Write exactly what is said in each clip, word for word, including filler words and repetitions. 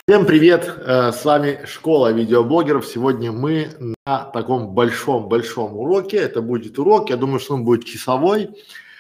Всем привет! Э, С вами школа видеоблогеров. Сегодня мы на таком большом-большом уроке. Это будет урок, я думаю, что он будет часовой.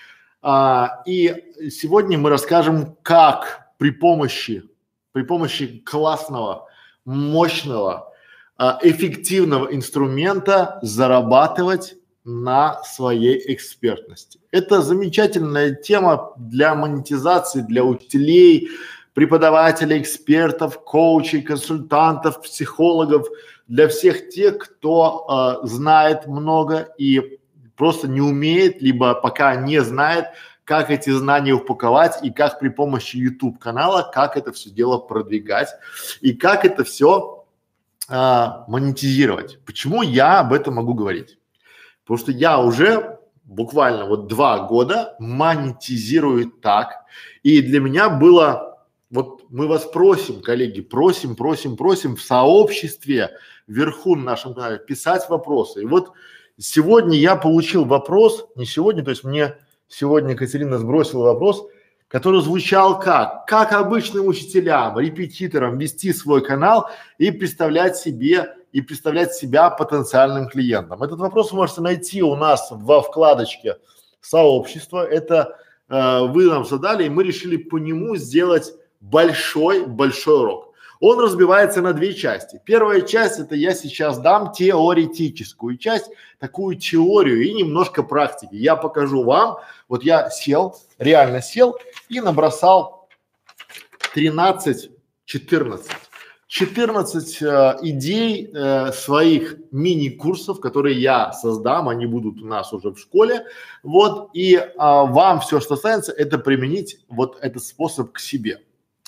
А, и сегодня мы расскажем, как при помощи, при помощи классного, мощного, а, эффективного инструмента зарабатывать на своей экспертности. Это замечательная тема для монетизации, для учителей, преподавателей, экспертов, коучей, консультантов, психологов, для всех тех, кто э, знает много и просто не умеет, либо пока не знает, как эти знания упаковать и как при помощи YouTube канала, как это все дело продвигать и как это все э, монетизировать. Почему я об этом могу говорить? Потому что я уже буквально вот два года монетизирую так, и для меня было вот мы вас просим, коллеги, просим, просим, просим в сообществе вверху на нашем канале писать вопросы. И вот сегодня я получил вопрос, не сегодня, то есть мне сегодня Катерина сбросила вопрос, который звучал как? Как обычным учителям, репетиторам вести свой канал и представлять себе, и представлять себя потенциальным клиентам. Этот вопрос вы можете найти у нас во вкладочке сообщества. Это э, вы нам задали, и мы решили по нему сделать большой-большой урок. Он разбивается на две части. Первая часть — это я сейчас дам теоретическую часть, такую теорию и немножко практики. Я покажу вам, вот я сел, реально сел и набросал тринадцать, четырнадцать, четырнадцать э, идей э, своих мини-курсов, которые я создам, они будут у нас уже в школе, вот, и э, вам все, что останется, это применить вот этот способ к себе.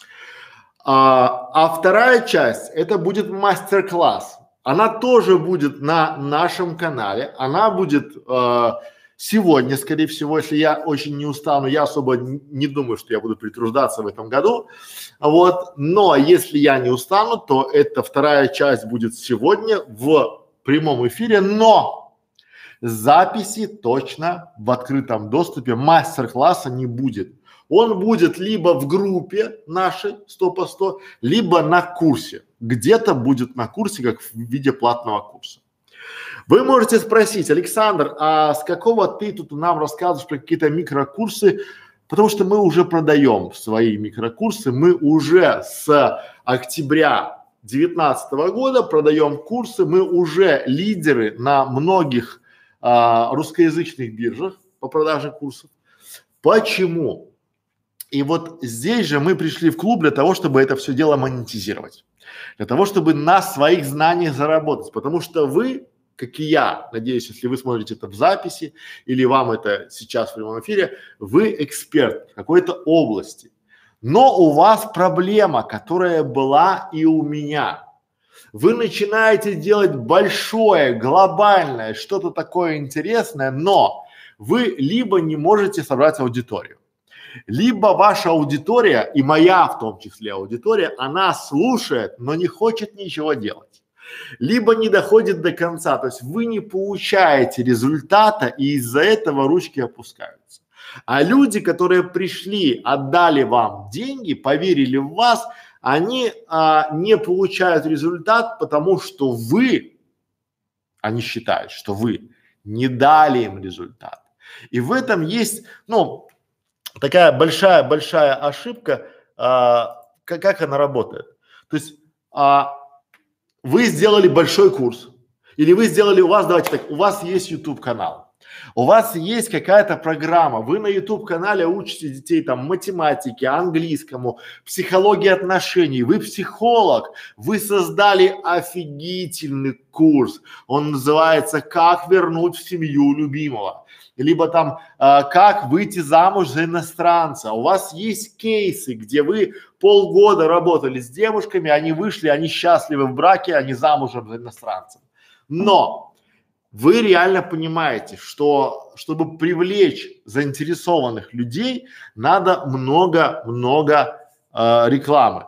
А, а вторая часть — это будет мастер-класс. Она тоже будет на нашем канале. Она будет э, сегодня, скорее всего, если я очень не устану. Я особо не, не думаю, что я буду притруждаться в этом году. Вот. Но если я не устану, то эта вторая часть будет сегодня в прямом эфире. Но записи точно в открытом доступе мастер-класса не будет. Он будет либо в группе нашей сто по сто, либо на курсе. Где-то будет на курсе, как в виде платного курса. Вы можете спросить: Александр, а с какого ты тут нам рассказываешь про какие-то микрокурсы? Потому что мы уже продаем свои микрокурсы. Мы уже с октября девятнадцатого года продаем курсы. Мы уже лидеры на многих а, русскоязычных биржах по продаже курсов. Почему? И вот здесь же мы пришли в клуб для того, чтобы это все дело монетизировать, для того, чтобы на своих знаниях заработать, потому что вы, как и я, надеюсь, если вы смотрите это в записи или вам это сейчас в прямом эфире, вы эксперт в какой-то области, но у вас проблема, которая была и у меня. Вы начинаете делать большое, глобальное, что-то такое интересное, но вы либо не можете собрать аудиторию, либо ваша аудитория, и моя в том числе аудитория, она слушает, но не хочет ничего делать, либо не доходит до конца, то есть вы не получаете результата, и из-за этого ручки опускаются. А люди, которые пришли, отдали вам деньги, поверили в вас, они а, не получают результат, потому что вы, они считают, что вы не дали им результат. И в этом есть, ну, такая большая-большая ошибка, а, как, как она работает. То есть а, вы сделали большой курс, или вы сделали, у вас, давайте так, у вас есть YouTube канал, у вас есть какая-то программа, вы на YouTube канале учите детей там математике, английскому, психологии отношений, вы психолог, вы создали офигительный курс, он называется «Как вернуть в семью любимого». Либо там а, как выйти замуж за иностранца. У вас есть кейсы, где вы полгода работали с девушками, они вышли, они счастливы в браке, они замужем за иностранцем. Но вы реально понимаете, что чтобы привлечь заинтересованных людей, надо много-много э, рекламы.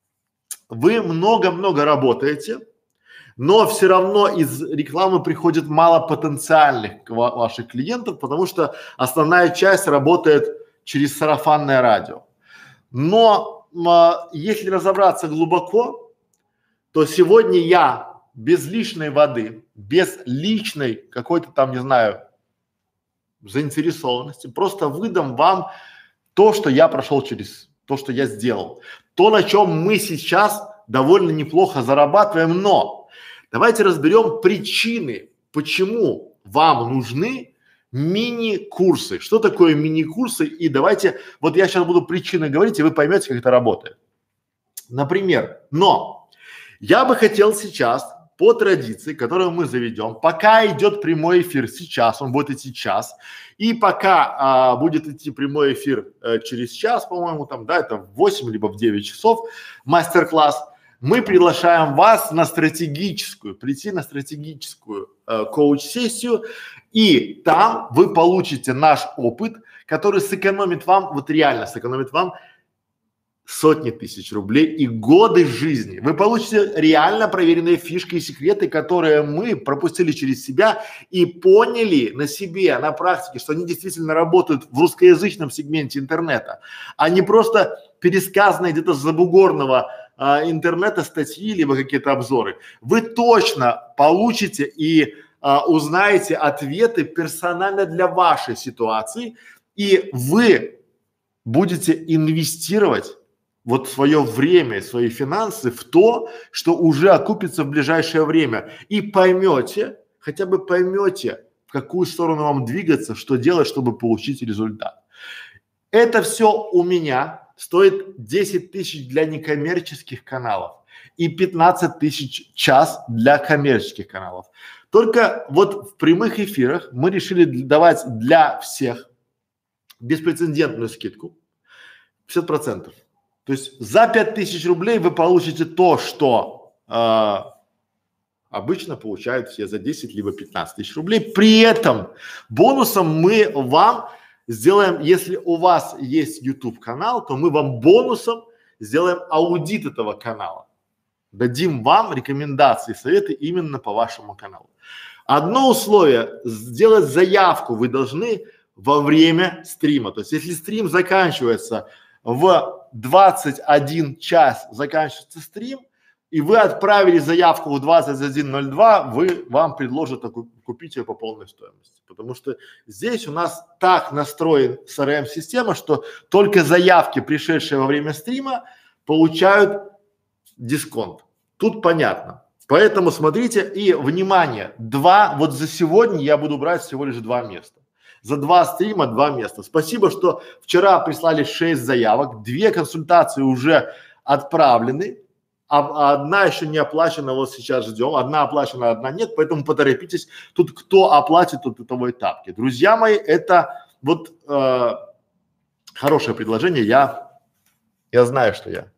Вы много-много работаете, но все равно из рекламы приходит мало потенциальных ва- ваших клиентов, потому что основная часть работает через сарафанное радио. Но а, если разобраться глубоко, то сегодня я без лишней воды, без личной какой-то там, не знаю, заинтересованности, просто выдам вам то, что я прошел через, то, что я сделал, то, на чем мы сейчас довольно неплохо зарабатываем, но давайте разберем причины, почему вам нужны мини-курсы. Что такое мини-курсы? И давайте, вот я сейчас буду причины говорить, и вы поймете, как это работает. Например, но я бы хотел сейчас по традиции, которую мы заведем, пока идет прямой эфир сейчас, он будет идти час, и пока а, будет идти прямой эфир а, через час, по-моему, там, да, это в восемь либо в девять часов мастер-класс, мы приглашаем вас на стратегическую, прийти на стратегическую э, коуч-сессию, и там вы получите наш опыт, который сэкономит вам, вот реально сэкономит вам сотни тысяч рублей и годы жизни. Вы получите реально проверенные фишки и секреты, которые мы пропустили через себя и поняли на себе, на практике, что они действительно работают в русскоязычном сегменте интернета, а не просто пересказанные где-то с забугорного а, интернета статьи либо какие-то обзоры. Вы точно получите и а, узнаете ответы персонально для вашей ситуации, и вы будете инвестировать вот свое время, свои финансы в то, что уже окупится в ближайшее время, и поймете, хотя бы поймете, в какую сторону вам двигаться, что делать, чтобы получить результат. Это все у меня стоит десять тысяч для некоммерческих каналов и пятнадцать тысяч час для коммерческих каналов. Только вот в прямых эфирах мы решили давать для всех беспрецедентную скидку пятьдесят процентов. То есть за пять тысяч рублей вы получите то, что э, обычно получают все за десять либо пятнадцать тысяч рублей. При этом бонусом мы вам сделаем, если у вас есть YouTube канал, то мы вам бонусом сделаем аудит этого канала. Дадим вам рекомендации, советы именно по вашему каналу. Одно условие – сделать заявку вы должны во время стрима. То есть если стрим заканчивается в двадцать один час, заканчивается стрим, и вы отправили заявку в двадцать один ноль два, вы, вам предложат купить ее по полной стоимости. Потому что здесь у нас так настроен си ар эм-система, что только заявки, пришедшие во время стрима, получают дисконт. Тут понятно. Поэтому смотрите и внимание, два, вот за сегодня я буду брать всего лишь два места. За два стрима два места. Спасибо, что вчера прислали шесть заявок, две консультации уже отправлены, а одна еще не оплачена, вот сейчас ждем, одна оплачена, одна нет, поэтому поторопитесь. Тут кто оплатит, тот у того и тапки. Друзья мои, это вот э, хорошее предложение, я, я знаю, что я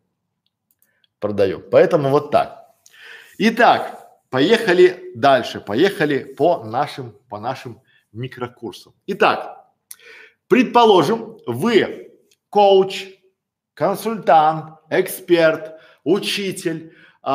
продаю, поэтому вот так. Итак, поехали дальше, поехали по нашим, по нашим микрокурсам. Итак, предположим, вы коуч, консультант, эксперт, учитель,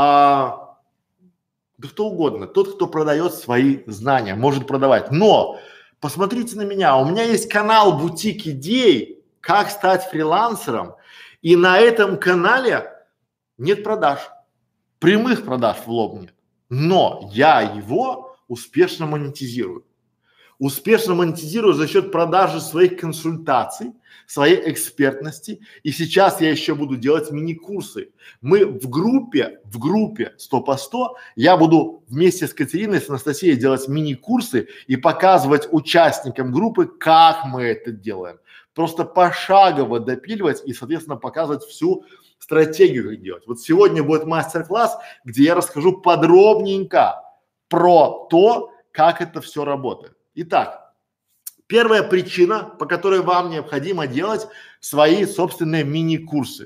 а, да кто угодно, тот, кто продает свои знания, может продавать. Но посмотрите на меня, у меня есть канал «Бутик идей», как стать фрилансером, и на этом канале нет продаж, прямых продаж в лоб нет, но я его успешно монетизирую. Успешно монетизирую за счет продажи своих консультаций, своей экспертности. И сейчас я еще буду делать мини-курсы. Мы в группе, в группе сто по сто, я буду вместе с Катериной, с Анастасией делать мини-курсы и показывать участникам группы, как мы это делаем. Просто пошагово допиливать и, соответственно, показывать всю стратегию, как делать. Вот сегодня будет мастер-класс, где я расскажу подробненько про то, как это все работает. Итак, первая причина, по которой вам необходимо делать свои собственные мини-курсы.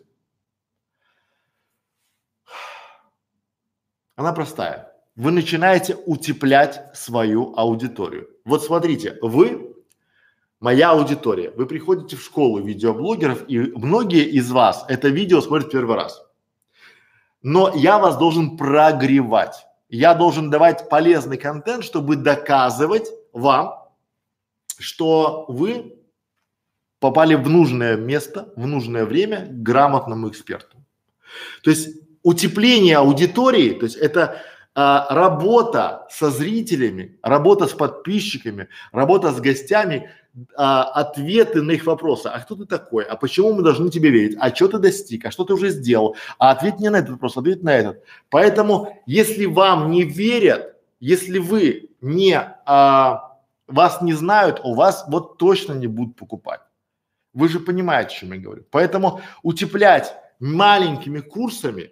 Она простая. Вы начинаете утеплять свою аудиторию. Вот смотрите, вы, моя аудитория, вы приходите в школу видеоблогеров, и многие из вас это видео смотрят первый раз. Но я вас должен прогревать. Я должен давать полезный контент, чтобы доказывать вам, что вы попали в нужное место, в нужное время к грамотному эксперту. То есть утепление аудитории, то есть это а, работа со зрителями, работа с подписчиками, работа с гостями, а, ответы на их вопросы. А кто ты такой? А почему мы должны тебе верить? А что ты достиг? А что ты уже сделал? А ответь не на этот вопрос, ответь на этот. Поэтому, если вам не верят, если вы не, а, вас не знают, у вас вот точно не будут покупать. Вы же понимаете, о чем я говорю. Поэтому утеплять маленькими курсами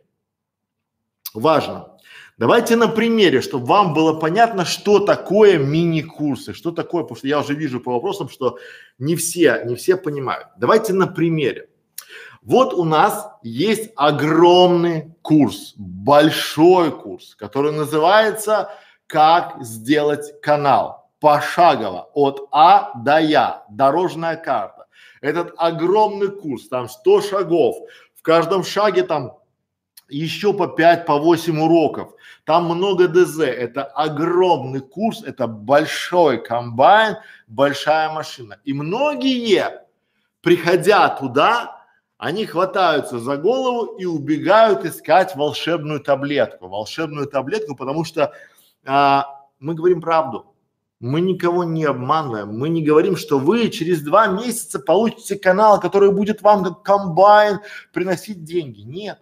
важно. Давайте на примере, чтобы вам было понятно, что такое мини-курсы, что такое, потому что я уже вижу по вопросам, что не все, не все понимают. Давайте на примере. Вот у нас есть огромный курс, большой курс, который называется «Как сделать канал». Пошагово, от А до Я, дорожная карта. Этот огромный курс, там сто шагов, в каждом шаге там еще по пять, по восемь уроков, там много ДЗ, это огромный курс, это большой комбайн, большая машина. И многие, приходя туда, они хватаются за голову и убегают искать волшебную таблетку, волшебную таблетку, потому что а, мы говорим правду. Мы никого не обманываем, мы не говорим, что вы через два месяца получите канал, который будет вам как комбайн приносить деньги. Нет.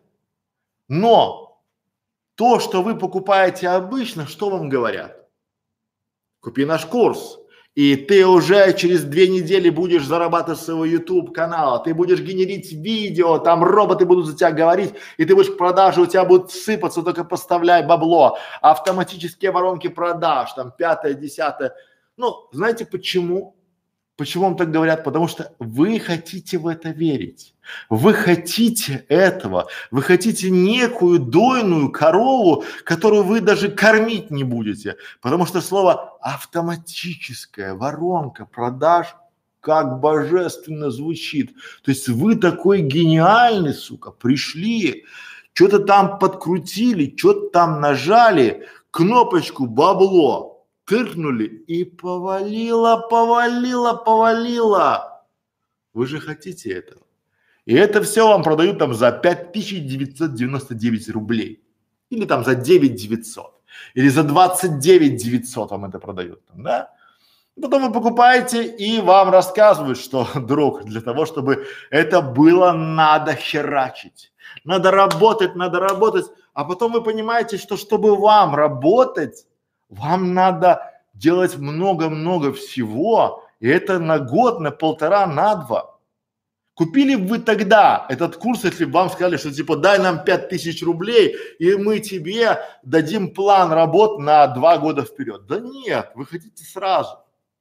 Но то, что вы покупаете обычно, что вам говорят? Купи наш курс, и ты уже через две недели будешь зарабатывать с своего YouTube канала, ты будешь генерить видео, там роботы будут за тебя говорить, и ты будешь к продаже, у тебя будут сыпаться, только поставляй бабло, автоматические воронки продаж, там пятое, десятое. Ну, знаете почему? Почему вам так говорят? Потому что вы хотите в это верить. Вы хотите этого. Вы хотите некую дойную корову, которую вы даже кормить не будете. Потому что слово автоматическая воронка продаж как божественно звучит. То есть вы такой гениальный, сука, пришли, что-то там подкрутили, что-то там нажали, кнопочку бабло. Тыркнули и повалило, повалило, повалило. Вы же хотите этого. И это все вам продают там за пять тысяч девятьсот девяносто девять рублей. Или там за девять тысяч девятьсот. Или за двадцать девять тысяч девятьсот вам это продают. Там, да? Потом вы покупаете и вам рассказывают, что, друг, для того, чтобы это было, надо херачить. Надо работать, надо работать. А потом вы понимаете, что чтобы вам работать, вам надо делать много-много всего, и это на год, на полтора, на два. Купили бы вы тогда этот курс, если бы вам сказали, что типа дай нам пять тысяч рублей, и мы тебе дадим план работ на два года вперед. Да нет, вы хотите сразу.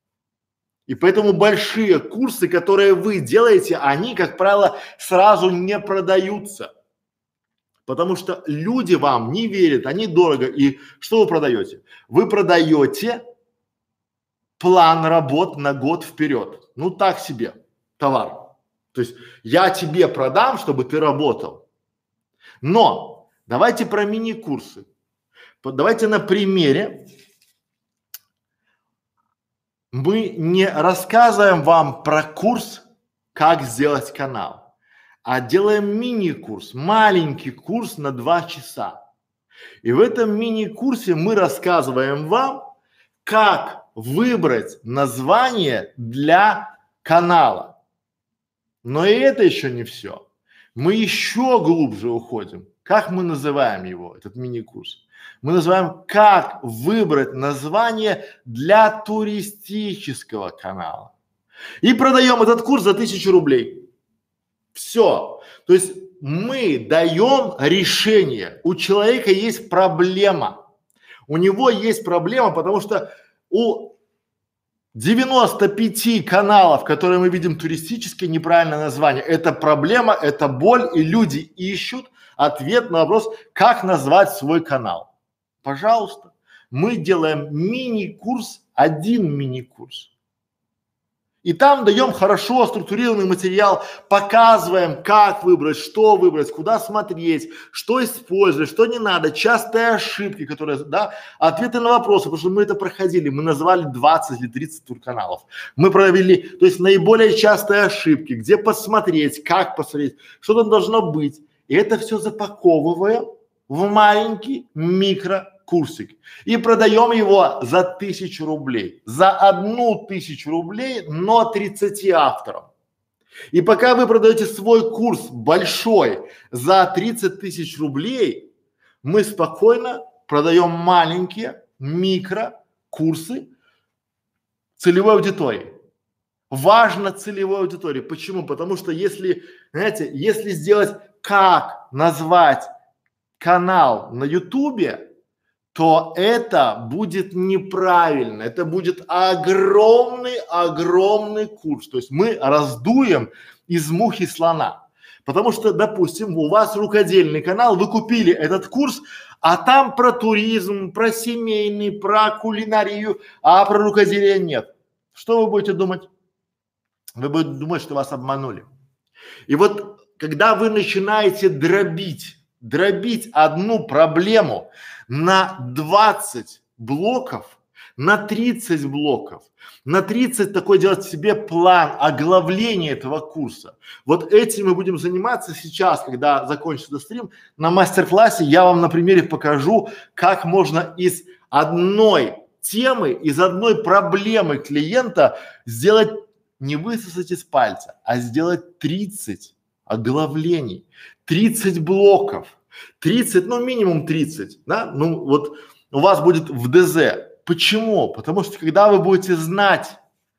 И поэтому большие курсы, которые вы делаете, они, как правило, сразу не продаются. Потому что люди вам не верят, они дорого. И что вы продаете? Вы продаете план работ на год вперед. Ну так себе товар. То есть я тебе продам, чтобы ты работал. Но давайте про мини-курсы. Давайте на примере. Мы не рассказываем вам про курс, как сделать канал. А делаем мини-курс, маленький курс на два часа. И в этом мини-курсе мы рассказываем вам, как выбрать название для канала. Но и это еще не все. Мы еще глубже уходим. Как мы называем его, этот мини-курс? Мы называем, как выбрать название для туристического канала. И продаем этот курс за тысячу рублей. Все. То есть мы даем решение. У человека есть проблема. У него есть проблема, потому что у девяноста пяти каналов, которые мы видим туристические, неправильное название. Это проблема, это боль, и люди ищут ответ на вопрос, как назвать свой канал. Пожалуйста. Мы делаем мини-курс, один мини-курс. И там даем хорошо структурированный материал, показываем, как выбрать, что выбрать, куда смотреть, что использовать, что не надо, частые ошибки, которые, да, ответы на вопросы, потому что мы это проходили, мы назвали двадцать или тридцать турканалов. Мы провели, то есть наиболее частые ошибки, где посмотреть, как посмотреть, что там должно быть. И это все запаковываем в маленький микрокурсик и продаем его за тысячу рублей, за одну тысячу рублей, но тридцати авторам. И пока вы продаете свой курс большой за тридцать тысяч рублей, мы спокойно продаем маленькие микрокурсы целевой аудитории. Важно целевой аудитории. Почему? Потому что если, знаете, если сделать, как назвать канал на ютубе, то это будет неправильно, это будет огромный-огромный курс. То есть мы раздуем из мухи слона. Потому что, допустим, у вас рукодельный канал, вы купили этот курс, а там про туризм, про семейный, про кулинарию, а про рукоделие нет. Что вы будете думать? Вы будете думать, что вас обманули. И вот когда вы начинаете дробить, дробить одну проблему на двадцать блоков, на тридцать блоков, на тридцать такой делать себе план оглавления этого курса. Вот этим мы будем заниматься сейчас, когда закончится стрим. На мастер-классе я вам на примере покажу, как можно из одной темы, из одной проблемы клиента сделать, не высосать из пальца, а сделать тридцать оглавлений, тридцать блоков, тридцать, ну минимум тридцать, да, ну вот у вас будет в ДЗ. Почему? Потому что когда вы будете знать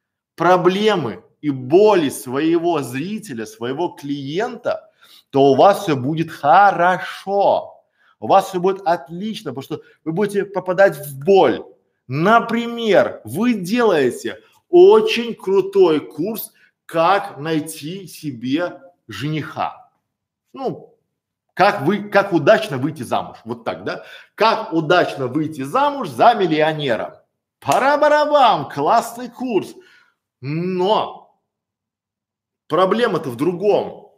проблемы и боли своего зрителя, своего клиента, то у вас все будет хорошо, у вас все будет отлично, потому что вы будете попадать в боль. Например, вы делаете очень крутой курс, как найти себе жениха. Ну, как вы, как удачно выйти замуж. Вот так, да? Как удачно выйти замуж за миллионера. Пара-барабам, классный курс. Но проблема-то в другом.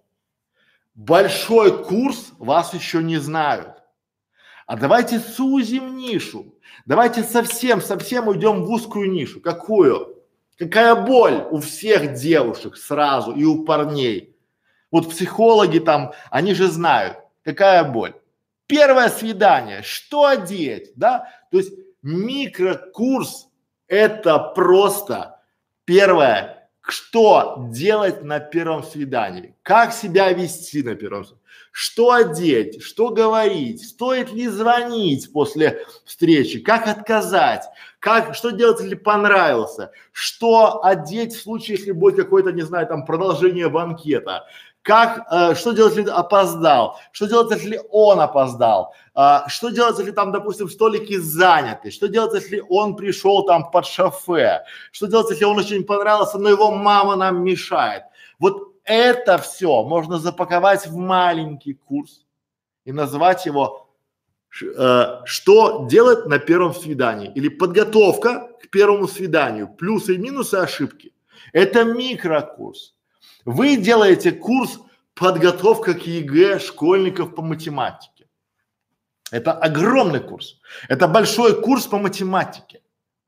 Большой курс вас еще не знают. А давайте сузим нишу. Давайте совсем, совсем уйдем в узкую нишу. Какую? Какая боль у всех девушек сразу и у парней. Вот психологи там, они же знают, какая боль. Первое свидание, что одеть, да? То есть микрокурс – это просто первое, что делать на первом свидании, как себя вести на первом свидании, что одеть, что говорить, стоит ли звонить после встречи, как отказать, как, что делать, если понравился, что одеть в случае, если будет какое-то, не знаю, там продолжение банкета. Как, э, что делать, если опоздал? Что делать, если он опоздал? А, что делать, если там, допустим, столики заняты? Что делать, если он пришел там под шофе? Что делать, если он очень понравился, но его мама нам мешает? Вот это все можно запаковать в маленький курс и назвать его э, «Что делать на первом свидании?» или «Подготовка к первому свиданию. Плюсы и минусы, ошибки». Это микрокурс. Вы делаете курс «Подготовка к ЕГЭ школьников по математике». Это огромный курс. Это большой курс по математике.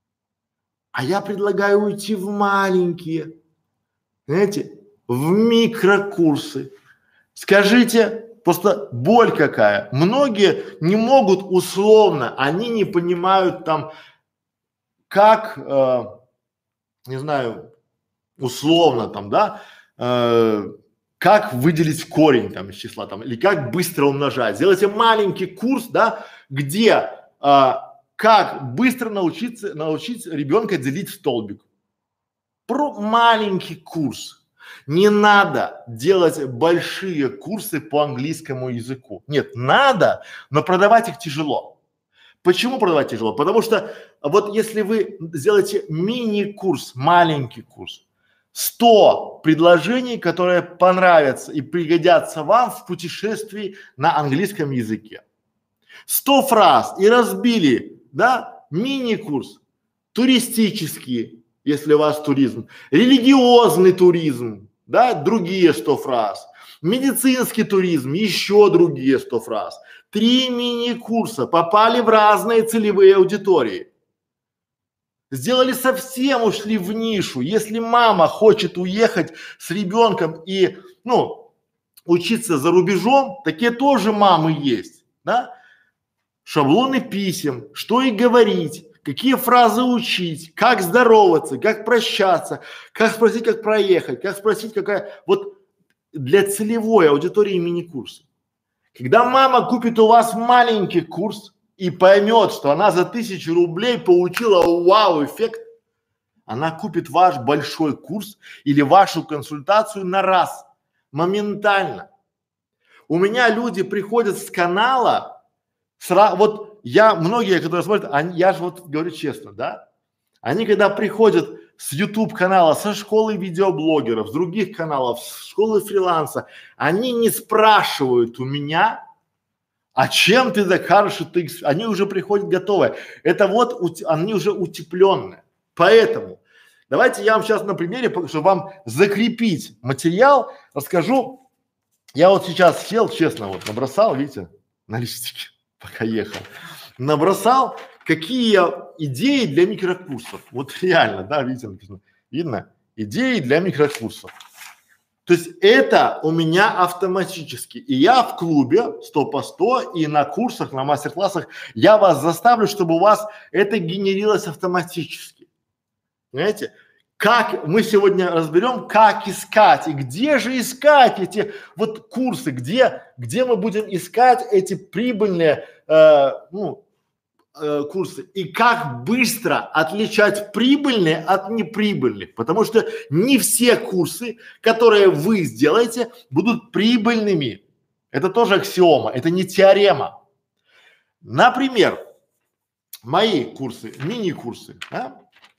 А я предлагаю уйти в маленькие, знаете, в микрокурсы. Скажите, просто боль какая. Многие не могут условно, они не понимают там, как, э, не знаю, условно там, да, Э, как выделить корень там из числа там или как быстро умножать. Сделайте маленький курс, да, где э, как быстро научиться научить ребенка делить столбик. Про маленький курс. Не надо делать большие курсы по английскому языку. Нет, надо, но продавать их тяжело. Почему продавать тяжело? Потому что вот если вы сделаете мини-курс, маленький курс, сто предложений, которые понравятся и пригодятся вам в путешествии на английском языке. сто фраз и разбили, да, мини-курс, туристический, если у вас туризм, религиозный туризм, да, другие сто фраз, медицинский туризм, еще другие сто фраз. Три мини-курса попали в разные целевые аудитории. Сделали совсем, ушли в нишу. Если мама хочет уехать с ребенком и, ну, учиться за рубежом, такие тоже мамы есть, да? Шаблоны писем, что и говорить, какие фразы учить, как здороваться, как прощаться, как спросить, как проехать, как спросить, какая… Вот для целевой аудитории мини-курсы. Когда мама купит у вас маленький курс и поймет, что она за тысячу рублей получила вау-эффект, она купит ваш большой курс или вашу консультацию на раз, моментально. У меня люди приходят с канала, сра… вот я, многие, которые смотрят, они, я же вот говорю честно, да, они когда приходят с YouTube канала, со школы видеоблогеров, с других каналов, с школы фриланса, они не спрашивают у меня, а чем ты докажешь, что ты, они уже приходят готовые. Это вот, ут… они уже утепленные. Поэтому давайте я вам сейчас на примере, чтобы вам закрепить материал, расскажу. Я вот сейчас сел, честно, вот набросал, видите, на листике, пока ехал, набросал, какие идеи для микрокурсов. Вот реально, да, видите, написано, видно, идеи для микрокурсов. То есть это у меня автоматически. И я в клубе сто по сто и на курсах, на мастер-классах я вас заставлю, чтобы у вас это генерилось автоматически. Понимаете? Как мы сегодня разберем, как искать и где же искать эти вот курсы, где, где мы будем искать эти прибыльные э, ну, э, курсы и как быстро отличать прибыльные от неприбыльных, потому что не все курсы, которые вы сделаете, будут прибыльными. Это тоже аксиома, это не теорема. Например, мои курсы, мини-курсы, да?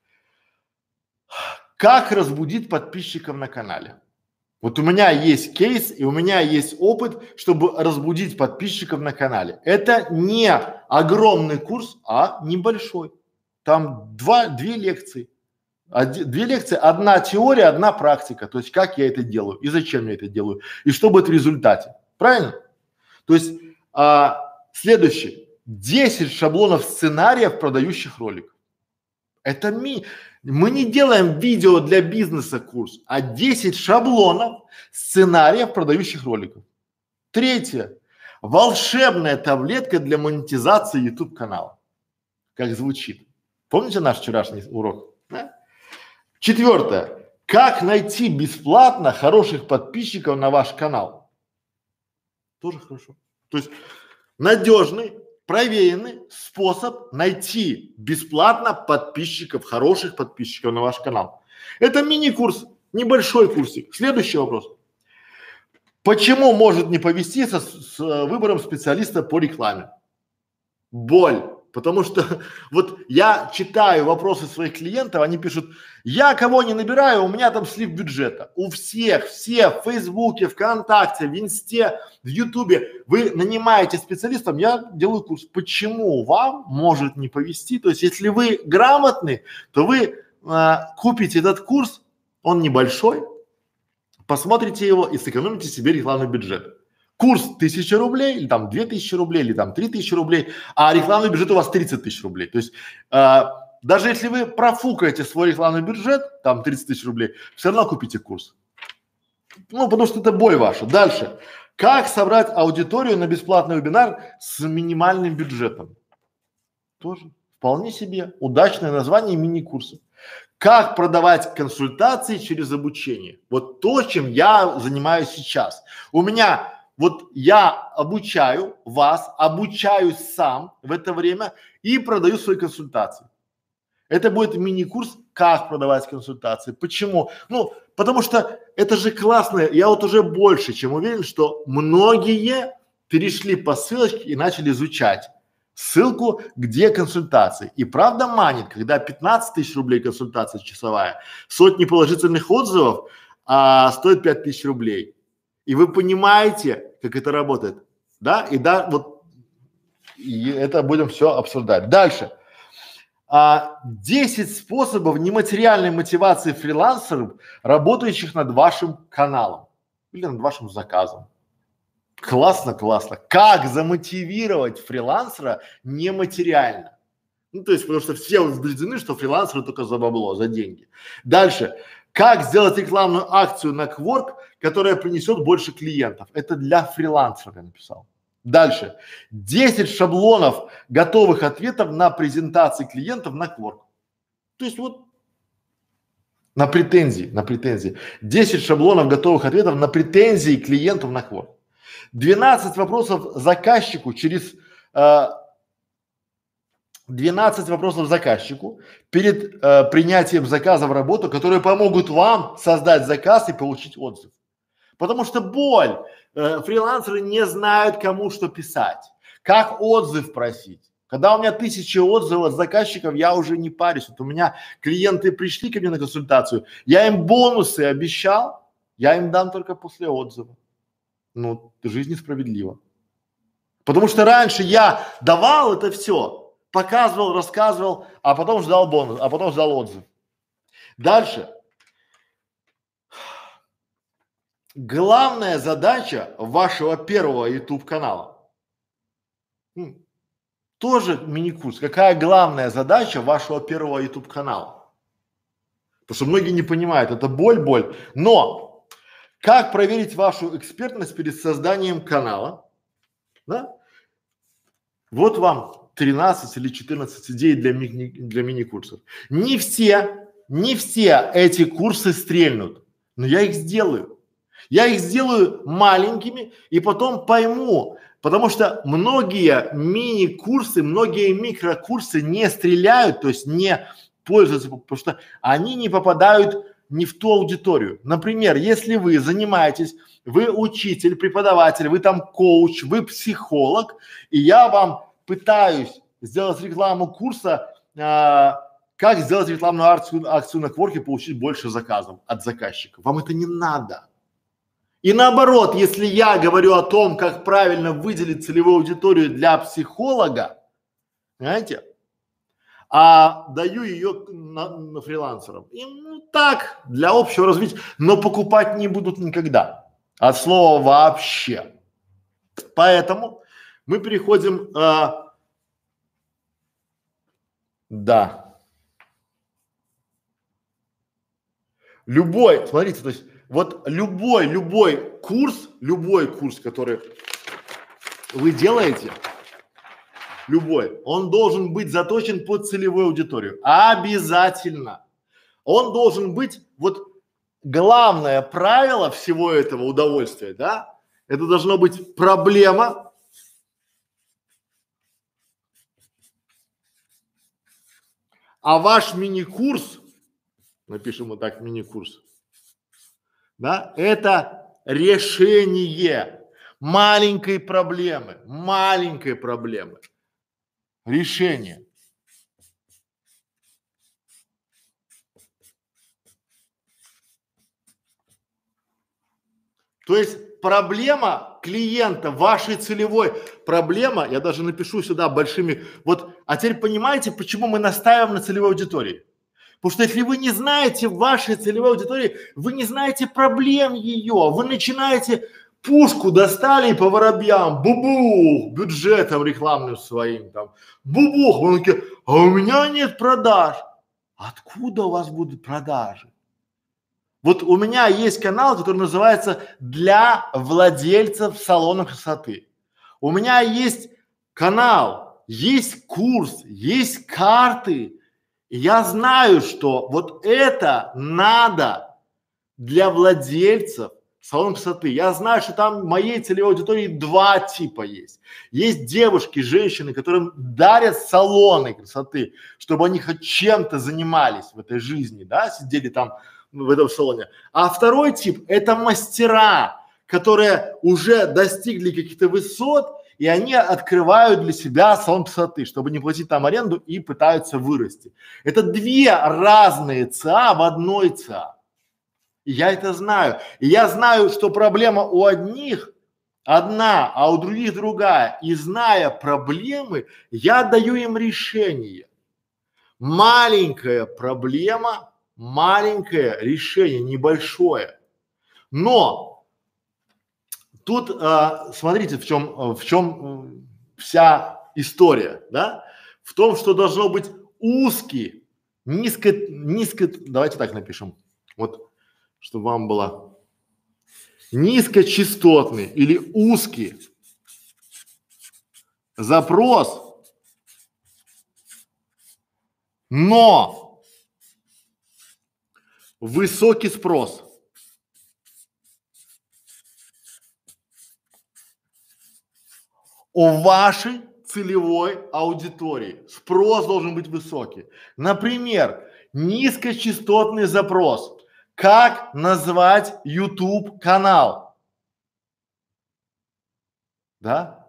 Как разбудить подписчиков на канале? Вот у меня есть кейс и у меня есть опыт, чтобы разбудить подписчиков на канале. Это не огромный курс, а небольшой. Там два, две лекции. Оди, две лекции, одна теория, одна практика. То есть как я это делаю и зачем я это делаю и что будет в результате. Правильно? То есть а, следующее. десять шаблонов сценариев продающих роликов. Это ми… Мы не делаем видео для бизнеса курс, а десять шаблонов сценариев продающих роликов. Третье. Волшебная таблетка для монетизации YouTube канала. Как звучит. Помните наш вчерашний урок? Да? Четвертое. Как найти бесплатно хороших подписчиков на ваш канал. Тоже хорошо. То есть надежный, проверенный способ найти бесплатно подписчиков, хороших подписчиков на ваш канал. Это мини-курс, небольшой курсик. Следующий вопрос. Почему может не повести со, с выбором специалиста по рекламе? Боль. Потому что вот я читаю вопросы своих клиентов, они пишут, я кого не набираю, у меня там слив бюджета. У всех, все в Фейсбуке, ВКонтакте, в Инсте, в Ютубе вы нанимаете специалистов, я делаю курс. Почему вам может не повести? То есть если вы грамотны, то вы а, купите этот курс, он небольшой, посмотрите его и сэкономите себе рекламный бюджет. Курс тысяча рублей, или там две тысячи рублей, или там три тысячи рублей, а рекламный бюджет у вас тридцать тысяч рублей. То есть э, даже если вы профукаете свой рекламный бюджет, там тридцать тысяч рублей, все равно купите курс. Ну, потому что это боль ваша. Дальше. Как собрать аудиторию на бесплатный вебинар с минимальным бюджетом? Тоже вполне себе удачное название мини-курса. Как продавать консультации через обучение? Вот то, чем я занимаюсь сейчас. У меня вот я обучаю вас, обучаюсь сам в это время и продаю свои консультации. Это будет мини-курс, как продавать консультации. Почему? Ну, потому что это же классно. Я вот уже больше чем уверен, что многие перешли по ссылочке и начали изучать ссылку, где консультации. И правда манит, когда пятнадцать тысяч рублей консультация часовая, сотни положительных отзывов, а стоит пять тысяч рублей. И вы понимаете, как это работает, да? И да, вот и это будем все обсуждать. Дальше. а, десять способов нематериальной мотивации фрилансеров, работающих над вашим каналом или над вашим заказом. Классно, классно. Как замотивировать фрилансера нематериально? Ну, то есть, потому что все убеждены, что фрилансеры только за бабло, за деньги. Дальше. Как сделать рекламную акцию на Quark, которая принесет больше клиентов? Это для фрилансера я написал. Дальше. десять шаблонов готовых ответов на презентации клиентов на Quark. То есть вот на претензии, на претензии. десять шаблонов готовых ответов на претензии клиентов на Quark. двенадцать вопросов заказчику через э, двенадцать вопросов заказчику перед э, принятием заказа в работу, которые помогут вам создать заказ и получить отзыв. Потому что боль, э, фрилансеры не знают, кому что писать, как отзыв просить. Когда у меня тысячи отзывов от заказчиков, я уже не парюсь. Вот у меня клиенты пришли ко мне на консультацию, я им бонусы обещал, я им дам только после отзыва. Ну, жизнь несправедлива. Потому что раньше я давал это все, показывал, рассказывал, а потом ждал бонус, а потом ждал отзыв. Дальше. Главная задача вашего первого YouTube канала. М, Тоже мини-курс. Какая главная задача вашего первого YouTube канала? Потому что многие не понимают, это боль, боль. Но как проверить вашу экспертность перед созданием канала? Да? Вот вам тринадцать или четырнадцать идей для, ми- для мини-курсов. Не все, не все эти курсы стрельнут, но я их сделаю. Я их сделаю маленькими и потом пойму, потому что многие мини-курсы, многие микрокурсы не стреляют, то есть не пользуются, потому что они не попадают не в ту аудиторию. Например, если вы занимаетесь, вы учитель, преподаватель, вы там коуч, вы психолог, и я вам пытаюсь сделать рекламу курса, а, как сделать рекламную акцию, акцию на Quark и получить больше заказов от заказчиков. Вам это не надо. И наоборот, если я говорю о том, как правильно выделить целевую аудиторию для психолога, понимаете, а даю ее на, на фрилансерам, им ну, так, для общего развития, но покупать не будут никогда, от слова вообще. Поэтому мы переходим, а, да, любой, смотрите, то есть вот любой, любой курс, любой курс, который вы делаете, любой, он должен быть заточен под целевую аудиторию. Обязательно. Он должен быть, вот главное правило всего этого удовольствия, да, это должно быть проблема, а ваш мини-курс, напишем вот так, мини-курс, да, это решение маленькой проблемы, маленькой проблемы, решение. То есть проблема клиента, вашей целевой проблема, я даже напишу сюда большими, вот, а теперь понимаете, почему мы настаиваем на целевой аудитории? Потому что если вы не знаете вашей целевой аудитории, вы не знаете проблем ее, вы начинаете пушку достали по воробьям, бубух, бюджетом рекламным своим там, бубух, вы такие, а у меня нет продаж. Откуда у вас будут продажи? Вот у меня есть канал, который называется «Для владельцев салона красоты». У меня есть канал, есть курс, есть карты. И я знаю, что вот это надо для владельцев салона красоты. Я знаю, что там в моей целевой аудитории два типа есть. Есть девушки, женщины, которым дарят салоны красоты, чтобы они хоть чем-то занимались в этой жизни, да, сидели там в этом салоне. А второй тип – это мастера, которые уже достигли каких-то высот, и они открывают для себя салон красоты, чтобы не платить там аренду и пытаются вырасти. Это две разные ЦА в одной ЦА. И я это знаю. И я знаю, что проблема у одних одна, а у других другая. И зная проблемы, я даю им решение. Маленькая проблема, маленькое решение, небольшое. Но тут а, смотрите, в чем, в чем вся история, да? В том, что должно быть узкий, низко, низко, давайте так напишем, вот, чтобы вам было низкочастотный или узкий запрос, но высокий спрос. У вашей целевой аудитории спрос должен быть высокий. Например, низкочастотный запрос. Как назвать YouTube канал? Да?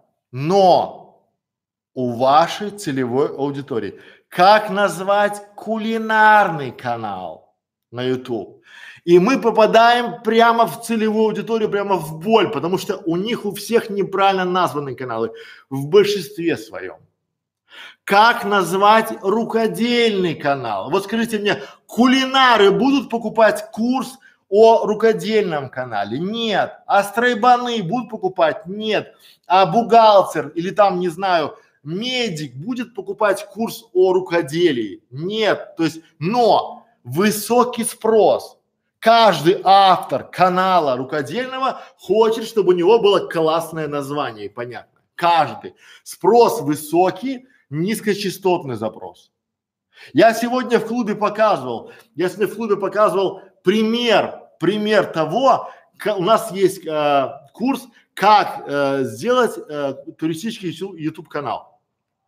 Но у вашей целевой аудитории. Как назвать кулинарный канал на YouTube? И мы попадаем прямо в целевую аудиторию, прямо в боль, потому что у них у всех неправильно названы каналы в большинстве своем. Как назвать рукодельный канал? Вот скажите мне, кулинары будут покупать курс о рукодельном канале? Нет. А стройбаны будут покупать? Нет. А бухгалтер или там, не знаю, медик будет покупать курс о рукоделии? Нет. То есть, но высокий спрос. Каждый автор канала рукодельного хочет, чтобы у него было классное название, понятно. Каждый. Спрос высокий, низкочастотный запрос. Я сегодня в клубе показывал, я сегодня в клубе показывал пример, пример того, к, у нас есть э, курс, как э, сделать э, туристический YouTube канал.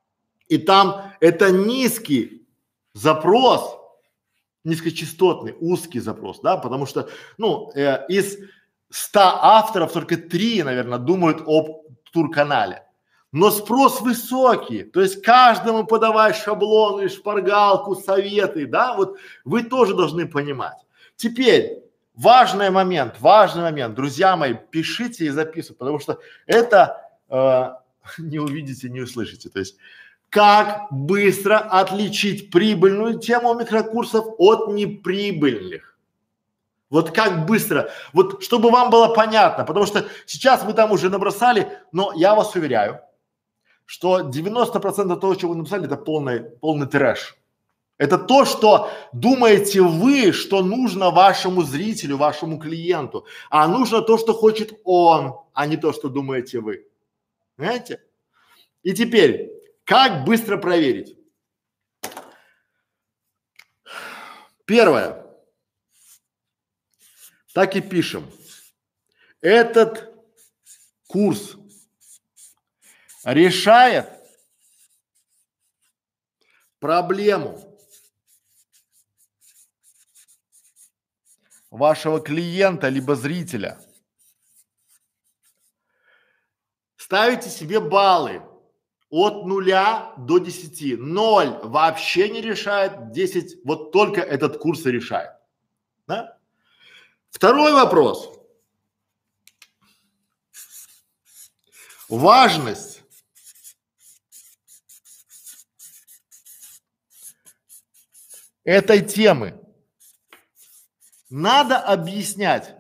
И там это низкий запрос, низкочастотный, узкий запрос, да, потому что, ну, э, из ста авторов только три, наверное, думают об турканале. Но спрос высокий, то есть каждому подавай шаблоны, шпаргалку, советы, да, вот вы тоже должны понимать. Теперь важный момент, важный момент, друзья мои, пишите и записывайте, потому что это э, не увидите, не услышите, то есть как быстро отличить прибыльную тему микрокурсов от неприбыльных. Вот как быстро, вот чтобы вам было понятно, потому что сейчас вы там уже набросали, но я вас уверяю, что девяносто процентов того, что вы написали, это полный, полный трэш. Это то, что думаете вы, что нужно вашему зрителю, вашему клиенту, а нужно то, что хочет он, а не то, что думаете вы. Понимаете? И теперь, как быстро проверить? Первое. Так и пишем. Этот курс решает проблему вашего клиента либо зрителя. Ставите себе баллы от нуля до десяти. Ноль вообще не решает, десять вот только этот курс и решает. Да? Второй вопрос. Важность этой темы надо объяснять.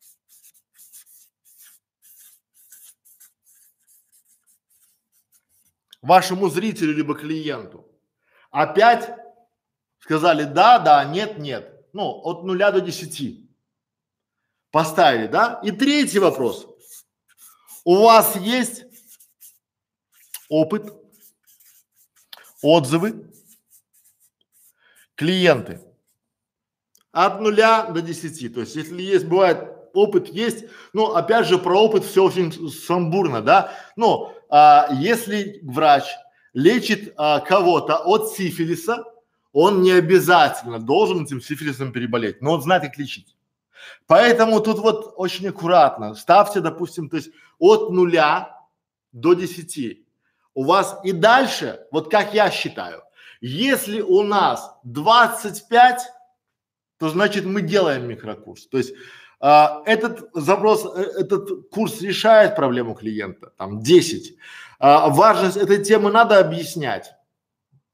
Вашему зрителю либо клиенту. Опять сказали да, да, нет, нет. Ну, от нуля до десяти. Поставили, да? И третий вопрос. У вас есть опыт, отзывы, клиенты от нуля до десяти. То есть, если есть, бывает, опыт есть, но опять же про опыт все очень сумбурно, да? Но а, если врач лечит а, кого-то от сифилиса, он не обязательно должен этим сифилисом переболеть, но он знает, как лечить. Поэтому тут вот очень аккуратно ставьте, допустим, то есть от нуля до десяти. У вас и дальше, вот как я считаю, если у нас двадцать пять, то значит мы делаем микрокурс. То есть а, этот запрос, э, этот курс решает проблему клиента, там десять. А, важность этой темы надо объяснять.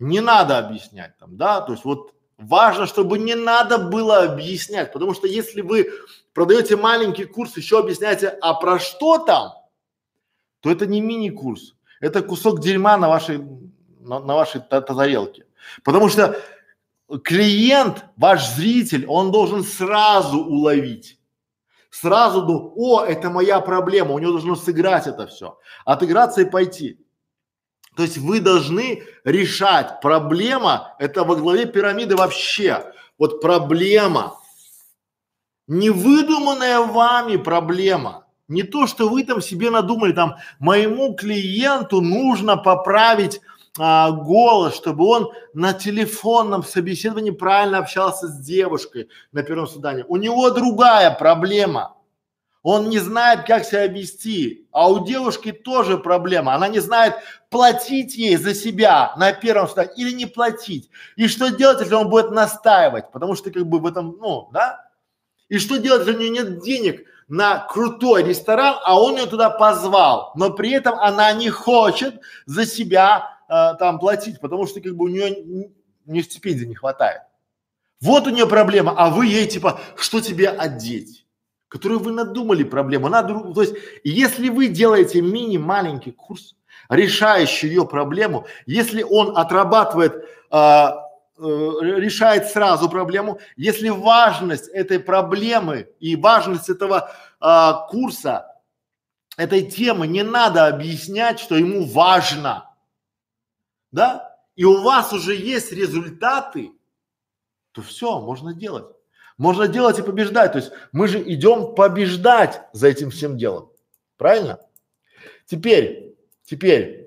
не надо объяснять там, да, то есть вот важно, чтобы не надо было объяснять, потому что если вы продаете маленький курс, еще объясняете, а про что там, то это не мини-курс, это кусок дерьма на вашей, на, на вашей та- тарелке. Потому что клиент, ваш зритель, он должен сразу уловить, сразу думать, о, это моя проблема, у него должно сыграть это все, отыграться и пойти. То есть вы должны решать, проблема, это во главе пирамиды вообще, вот проблема, не выдуманная вами проблема, не то, что вы там себе надумали, там, моему клиенту нужно поправить а, голос, чтобы он на телефонном собеседовании правильно общался с девушкой на первом свидании. У него другая проблема. Он не знает, как себя вести, а у девушки тоже проблема. Она не знает, платить ей за себя на первом свидании или не платить. И что делать, если он будет настаивать, потому что как бы в этом, ну, да? И что делать, если у нее нет денег на крутой ресторан, а он ее туда позвал, но при этом она не хочет за себя э, там платить, потому что как бы у нее не стипендии не хватает. Вот у нее проблема, а вы ей типа, что тебе одеть? Которую вы надумали проблему, надо, то есть, если вы делаете мини-маленький курс, решающий ее проблему, если он отрабатывает, а, э, решает сразу проблему, если важность этой проблемы и важность этого а, курса, этой темы не надо объяснять, что ему важно, да, и у вас уже есть результаты, то все, можно делать. Можно делать и побеждать. То есть мы же идем побеждать за этим всем делом. Правильно? Теперь, теперь.